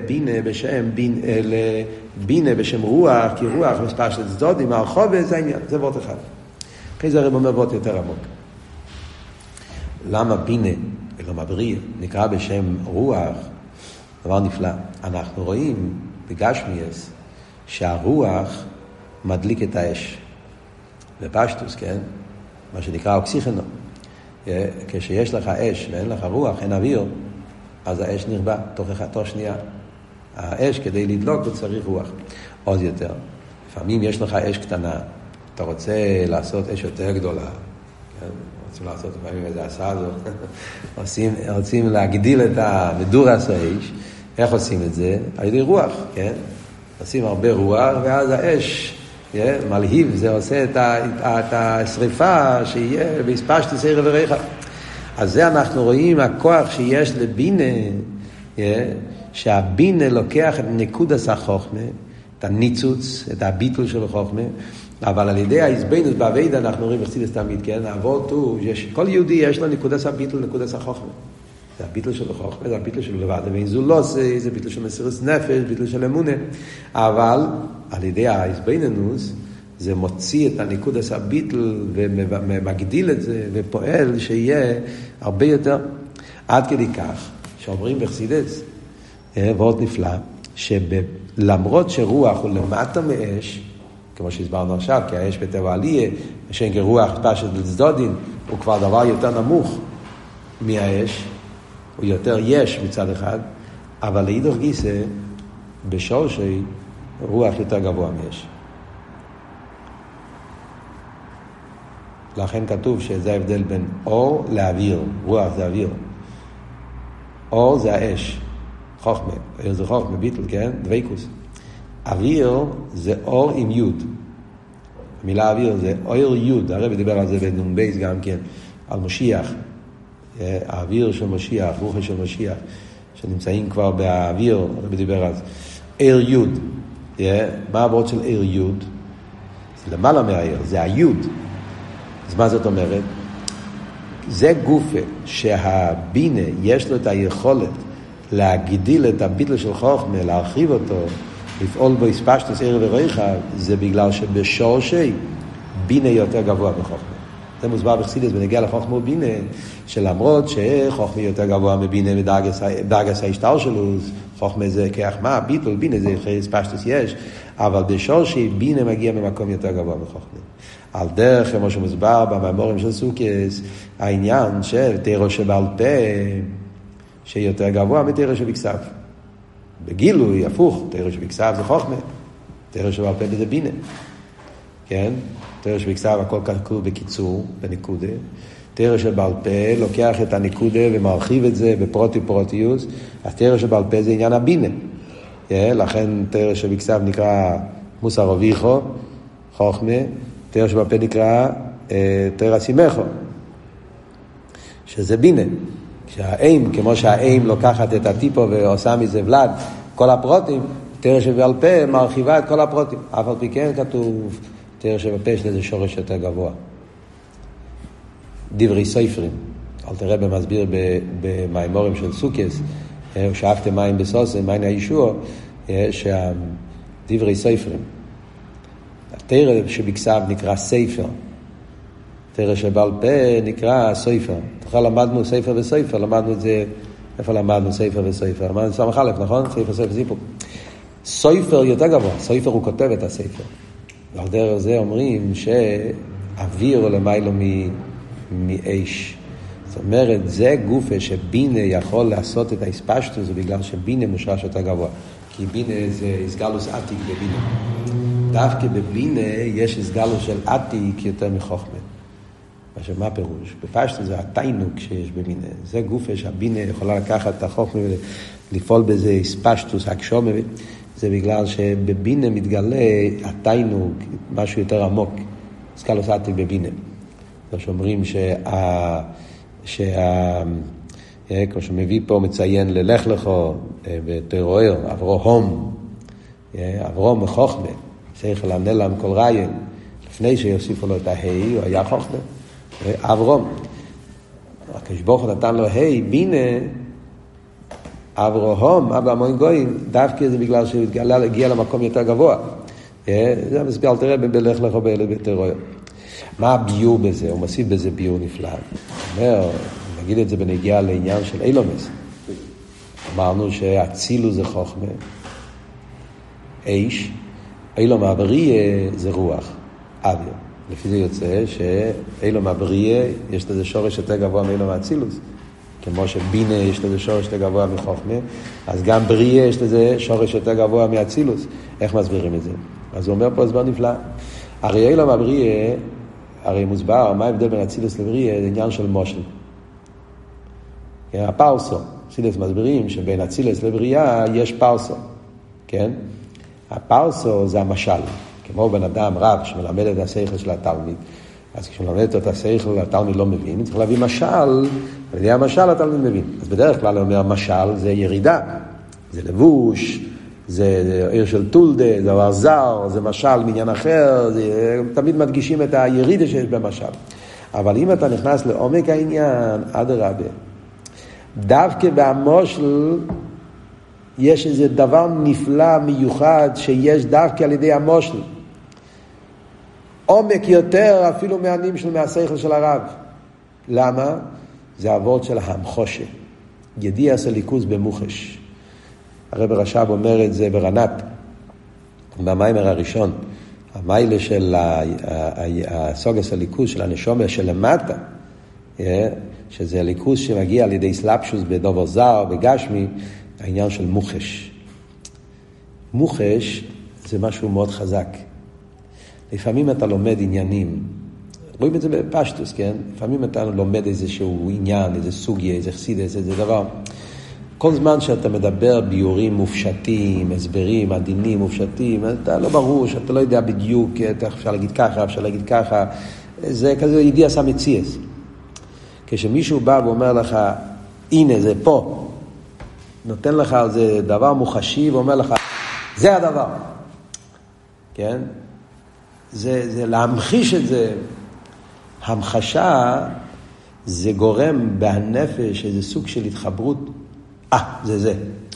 לבינה בשם רוח, כי רוח מספר של צדדים, הרחובה זה העניין, זה וורט אחד. אחרי זה הרב אומר וורט יותר עמוק. למה בינה, אלא מבריא, נקרא בשם רוח, דבר נפלא. אנחנו רואים בגשמיאס שהרוח מדליק את האש. בפשטוס, כן? מה שנקרא אוקסיכנו. כשיש לך אש ואין לך רוח, אין אוויר, אז האש נרבה תוך שנייה. האש כדי לדלוק הוא צריך רוח. עוד יותר. לפעמים יש לך אש קטנה, אתה רוצה לעשות אש יותר גדולה, כן? רוצים לעשות לפעמים איזה עשה הזאת, רוצים להגדיל את המדורס האש, איך עושים את זה? על ידי רוח, כן? עושים הרבה רוח, ואז האש מלהיב, זה עושה את השריפה שיהיה בהספשטוס ערב ורחב. אז זה אנחנו רואים הכוח שיש לבינה, שהבינה לוקח את נקודס החוכמה, את הניצוץ, את הביטול של החוכמה, אבל על ידי ההסבינוס בעבודה אנחנו רואים בחסידות תמיד, כן? העבוד הוא, כל יהודי יש לו נקודס הביטול, נקודס החוכמה. זה הביטל של חוכמה, זה הביטל של לבד ואין זולוסי, זה ביטל של מסירות נפש, ביטל של אמונה. אבל על ידי ההסביננוס, זה מוציא את הניקוד עשה הביטל ומגדיל את זה ופועל שיהיה הרבה יותר. עד כדי כך שאומרים בחסידות, ועוד נפלא, שלמרות שרוח הוא למטה מאש, כמו שהסברנו עכשיו, כי האש בטבע עלייה, שאין כרוח פשט לצדודין, הוא כבר דבר יותר נמוך מהאש, הוא יותר יש מצד אחד, אבל להידור גיסא, בשורשי, רוח יותר גבוה מאש. לכן כתוב שזה ההבדל בין אור לאוויר, רוח זה אוויר. אור זה האש, חוכמה, זה חוכמה, ביטל, כן? דוויקוס. אוויר זה אור עם יוד. המילה אוויר זה אור יוד, הרב דיבר על זה בנון בייס גם כן, על משיח. האוויר של משיח, רוחי של משיח, שנמצאים כבר באוויר, הרב דיבר על זה. אור יוד. מה העבוד של אור יוד? זה למעלה מהאיר, זה היוד. אז מה זאת אומרת? זה גופה שהבינה יש לו את היכולת להגדיל את הביטל של חוכמה, להרחיב אותו, לפעול בו הספשטוס ערב ורחב, זה בגלל שבשורשי בינה יותר גבוה מחוכמה. זה מוסבר בחסידות בנגיע לחוכמה ובינה, שלמרות שחוכמה יותר גבוה מבינה בדרגס ההשתר שלו, חוכמה זה כחמה, ביטל, בינה זה הספשטוס יש, אבל בשורשי בינה מגיע ממקום יותר גבוה מחוכמה. על דרך, כמו שמוסבר במאמרים של סוכס, העניין של תירו שבעל פה, שיותר גבוה מתירו שבכסף. בגילוי, הפוך, תירו שבכסף זה חוכמה, תירו שבעל פה זה בינה. כן? תירו שבכסף הכל כתוב בקיצור, בניקודה. תירו שבעל פה לוקח את הניקודה ומרחיב את זה בפרוטיוס, אז תירו שבעל פה זה עניין הבינה. לכן תירו שבכסף נקרא מוסר רוביכו, חוכמה, תירו שבעל פה נקרא תירו סימכו, שזה בינה. שהאם, כמו שהאם לוקחת את הטיפו ועושה מזה ולד, כל הפרוטים, תירו שבעל פה מרחיבה את כל הפרוטים. אף על פי כן כתוב, תירו שבעל פה יש לזה שורש יותר גבוה. דברי סופרים, אל תראה במסביר במאמרים של סוכס, שאפתם מים בסוסם, מים הישוע, שדברי סופרים. התירו שבכסף נקרא ספר, תירו שבעל פה נקרא סופר. תוכל למדנו ספר וסופר, למדנו את זה, איפה למדנו ספר וסופר? למדנו סמך א', נכון? ספר, ספר, זיפוק. סופר יותר גבוה, סופר הוא כותב את הספר. ועל דרך זה אומרים שאוויר הוא למיילו מאש. זאת אומרת, זה גופה שבינה יכול לעשות את ההספשטות, זה בגלל שבינה מושרש יותר גבוה. כי בינה זה הסגלוס עתיק בבינה. דווקא בבינה יש הסגלוס של עתיק יותר מחוכמה. מה הפירוש? בפשטות זה התיינוק שיש בבינה. זה גופה שהבינה יכולה לקחת את החוכמה ולפעול בזה הספשטוס, הקשומה. זה בגלל שבבינה מתגלה התיינוק, משהו יותר עמוק. הסגלוס עתיק בבינה. כמו שאומרים כמו שמביא פה מציין ללך לכו בתירואר, אברום מחוכמה, שייכל הנלם כל רעיין, לפני שיוסיפו לו את ההי, הוא היה חוכמה, אברום. הקדוש ברוך הוא נתן לו ההי, בינה, אברהם, אבא המון גויים, דווקא זה בגלל שהוא הגיע למקום יותר גבוה. זה מסביר, תראה בלך לכו בתירואר. מה הביור בזה? הוא מוסיף בזה ביור נפלא. אומר, נגיד את זה בנגיעה לעניין של אילומס. אמרנו שהצילו זה חוכמה, אש, אילום הבריא זה רוח, אוויר. לפי זה יוצא שאילום הבריא יש לזה שורש יותר גבוה מאילום הצילוס. כמו שבינה יש לזה שורש יותר גבוה מחוכמה, אז גם בריא יש לזה שורש יותר גבוה מהצילוס. איך מסבירים את זה? אז הוא אומר פה הסבר נפלא. הרי אילום הבריא, הרי מוסבר, מה ההבדל בין הצילוס לבריא? זה עניין של מושל. הפרסו, צילוס מסבירים שבין הצילוס לבריאה יש פרסו. כן? הפרסו זה המשל. כמו בן אדם רב שמלמד את השכל של התלמיד, אז כשמלמד את השכל התלמיד לא מבין, צריך להביא משל, ולדי המשל התלמיד מבין. אז בדרך כלל הוא אומר, משל זה ירידה, זה לבוש, זה עיר של טולדה, זה דבר זר, זה משל מעניין אחר, תמיד מדגישים את הירידה שיש במשל. אבל אם אתה נכנס לעומק העניין, אדרבה, דווקא בהמושל יש איזה דבר נפלא מיוחד שיש דווקא על ידי המושל. עומק יותר אפילו מהשכל של הרב. למה? זה העבוד של המחושה. ידיע הסליקוס במוחש. הרב רש"ב אומר את זה ברנ"פ, במיימר הראשון. המיילה של הסוג הסליקוס של הנשומר שלמטה, שזה הליכוס שמגיע על ידי סלאפשוס בדובר זר, בגשמי, העניין של מוחש. מוחש זה משהו מאוד חזק. לפעמים אתה לומד עניינים, רואים את זה בפשטוס, כן? לפעמים אתה לומד איזשהו עניין, איזה סוגיה, איזה חסידס, איזה דבר. כל זמן שאתה מדבר ביורים מופשטים, הסברים, עדינים מופשטים, אתה לא ברור, שאתה לא יודע בדיוק, אפשר להגיד ככה, אפשר להגיד ככה, זה כזה ידיע סמציאס. כשמישהו בא ואומר לך, הנה זה פה, נותן לך איזה דבר מוחשי ואומר לך, זה הדבר. כן? זה להמחיש את זה. המחשה זה גורם בהנפש איזה סוג של התחברות. זה.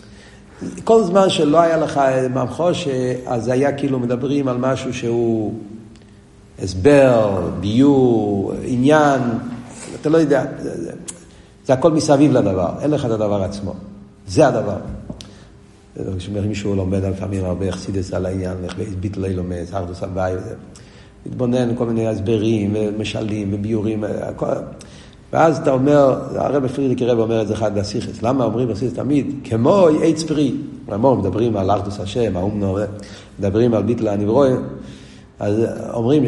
כל זמן שלא היה לך ממחוש, אז היה כאילו מדברים על משהו שהוא הסבר, ביור, עניין, אתה לא יודע, זה הכל מסביב לדבר, אין לך את הדבר עצמו. זה הדבר. כשמישהו לומד לפעמים הרבה יחסידס על העניין, ביטל אילומס, ארדוס הלוואי, מתבונן כל מיני הסברים, משלים, וביורים, ואז אתה אומר, הרב פרידריק הרב אומר את זה אחד בסיכס, למה אומרים בסיכס תמיד, כמו עץ פרי, מדברים על ארדוס השם, האומנו, מדברים על ביטל הנברוא, אז אומרים,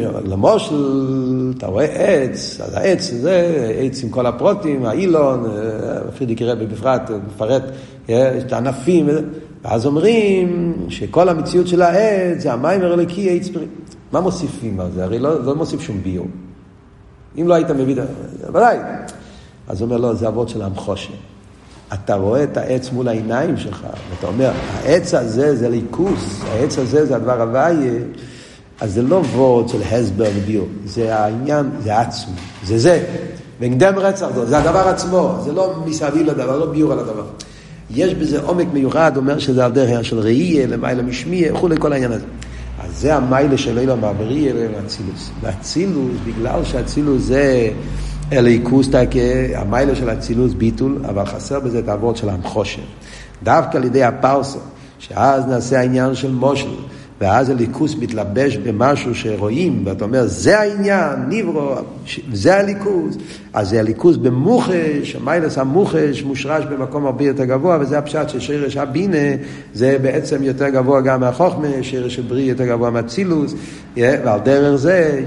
למושל, אתה רואה עץ, אז העץ זה עץ עם כל הפרוטים, האילון, פרידריק הרב בפרט, מפרט, יש את הענפים, ואז אומרים שכל המציאות של העץ זה המים הרליקי עץ פרי. מה מוסיפים על זה? הרי לא מוסיף שום ביור. אם לא היית מביא, ודאי. אז הוא אומר, לא, זה עבוד של המחושה. אתה רואה את העץ מול העיניים שלך, ואתה אומר, העץ הזה זה ליכוס, העץ הזה זה הדבר הוויה, אז זה לא ווד של הסבר וביור, זה העניין, זה עצמו, זה. ונקדם רצח, זה הדבר עצמו, זה לא מסביב לדבר, לא ביור על הדבר. יש בזה עומק מיוחד, אומר שזה על דרך של ראייה, למעלה משמיע, וכו' לכל העניין הזה. אז זה המיילה של אילו מעברי אליהם הצילוס. והצילוס, בגלל שהצילוס זה אליקוס, המיילה של הצילוס ביטול, אבל חסר בזה את העבוד של המחושר. דווקא על ידי הפרסה, שאז נעשה העניין של מושל, ואז הליכוס מתלבש במשהו שרואים, ואתה אומר, זה העניין, נברו, זה הליכוס. אז זה הליכוס במוחש, המיילס המוחש מושרש במקום הרבה יותר גבוה, וזה הפשט ששרש הבינה, זה בעצם יותר גבוה גם מהחוכמה, שרש הבריא יותר גבוה מהצילוס, ועל דרך זה,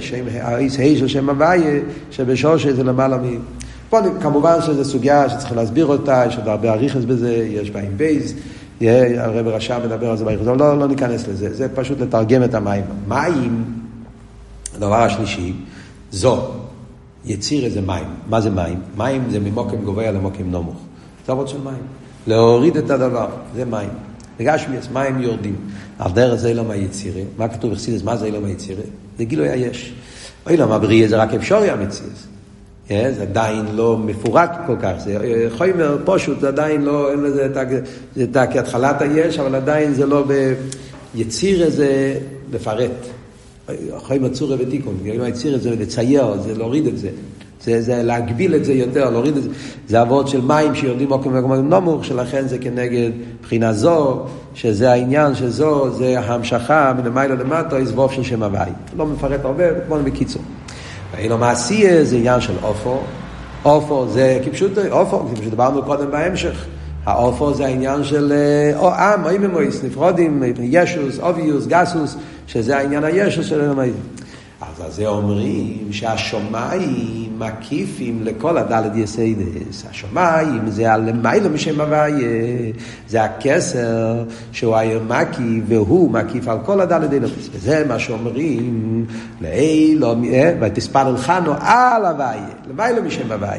של שם הוויה, שבשורש זה למעלה פה כמובן שזו סוגיה שצריך להסביר אותה, יש עוד הרבה עריכס בזה, יש בה עם בייס, הרב רש"ב מדבר על זה בעריכס, לא ניכנס לזה, זה פשוט לתרגם את המים. מים, הדבר השלישי, זו, יציר איזה מים. מה זה מים? מים זה ממוקם גבוה למוקם נמוך. זה עבוד של מים. להוריד את הדבר, זה מים. בגשמיאס, מים יורדים. על דרך זה אילום היצירה. מה כתוב בחסידות? מה זה אילום היצירה? זה גילוי היש. אילום הבריא זה רק אפשרי המציאות. זה עדיין לא מפורט כל כך, זה חומר פשוט, זה עדיין לא, אין לזה, זה כהתחלת היש, אבל עדיין זה לא ביציר איזה לפרט. חומר צורה ותיקון, אם היציר את זה לצייר, זה להוריד את זה. זה להגביל את זה יותר, להוריד את זה. זה עבוד של מים שיורדים מקום נמוך, שלכן זה כנגד בחינה זו, שזה העניין שזו, זה ההמשכה מלמעלה למטה, יזבוב של שם הוואי. לא מפרט הרבה, כמו בקיצור. ואילו מעשייה זה עניין של אופו. אופו זה כפשוט, אופו, כפי שדיברנו קודם בהמשך. האופו זה העניין של עם, או איממויס, נפרודים, ישוס, אוביוס, גסוס, שזה העניין הישוס של אלמאים. אז זה אומרים שהשומיים מקיפים לכל הדלת יסיידס. השומיים זה הלמיילו משם הוויה, זה הכסר שהוא היה מקיף והוא מקיף על כל הדלת אלוקס. וזה מה שאומרים לאילו, ותספר אלחנו על הוויה, למיילו משם הוויה.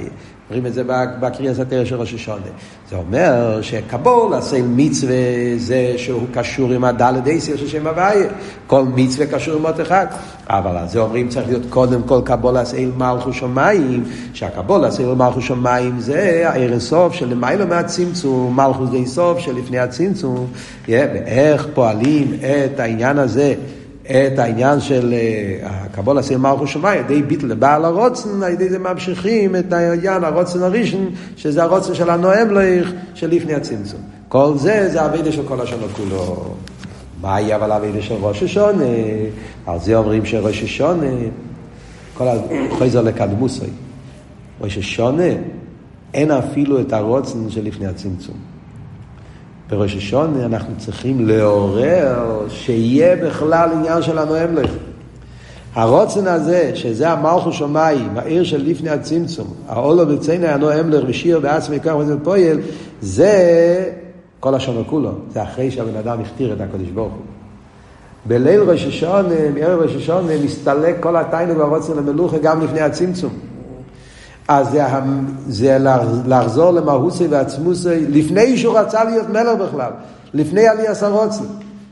אומרים את זה בקריאת התורה של ראש השונה. זה אומר שקבול עשה מצווה זה שהוא קשור עם הדלת עשר של שם הוויה. כל מצווה קשור עם עוד אחד. אבל על זה אומרים צריך להיות קודם כל קבול עשה מלכות שמיים, שהקבול עשה מלכות שמיים זה הערן סוף של למעלה מהצמצום, מלכות זה סוף של לפני הצמצום. ואיך פועלים את העניין הזה, את העניין של הקבול עשה מלכות שמיים, ידי ביטל לבעל הרוצן, על ידי זה ממשיכים את העניין הרוצן הראשון, שזה הרוצן של הנועם לך, של לפני הצמצום. כל זה העבודה של כל השנה כולו. מהי אבל העבודה של ראש השונה? על זה אומרים שראש השונה, כל החזר לקדמוסי, ראש השונה, אין אפילו את הרוצן של לפני הצמצום. בראש השונה אנחנו צריכים לעורר שיהיה בכלל עניין של הנועם לך. הרוצן הזה, שזה המלכות שמיים, העיר של לפני הצמצום, העולה בציינה הנועם לך ושיר בעצמי כך וזה פועל, זה כל השנה כולו. זה אחרי שהבן אדם הכתיר את הקדוש ברוך הוא. בליל ראש השונה, בערב ראש השונה, מסתלק כל התיינוג והרוצן למלוכה גם לפני הצמצום. אז זה לחזור למהוסי ועצמוסי, לפני שהוא רצה להיות מלך בכלל, לפני עליית הרוצן.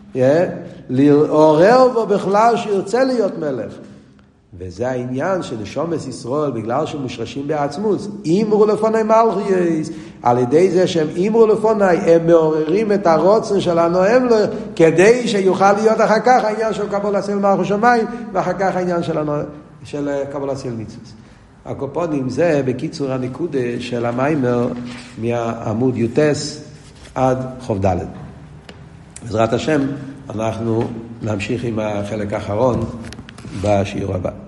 לעורר בו בכלל שירצה להיות מלך. וזה העניין של נשומת ישראל, בגלל שמושרשים בעצמוס. אמרו לפני מלכויות, על ידי זה שהם אמרו לפני, הם מעוררים את הרוצן של הנועם לו, כדי שיוכל להיות אחר כך העניין של קבול עשה מלכות שמיים, ואחר כך העניין של קבול עשה מצווה. הקופונים זה בקיצור הנקודה של המיימר מהעמוד יוטס עד חוב ד'. בעזרת השם אנחנו נמשיך עם החלק האחרון בשיעור הבא.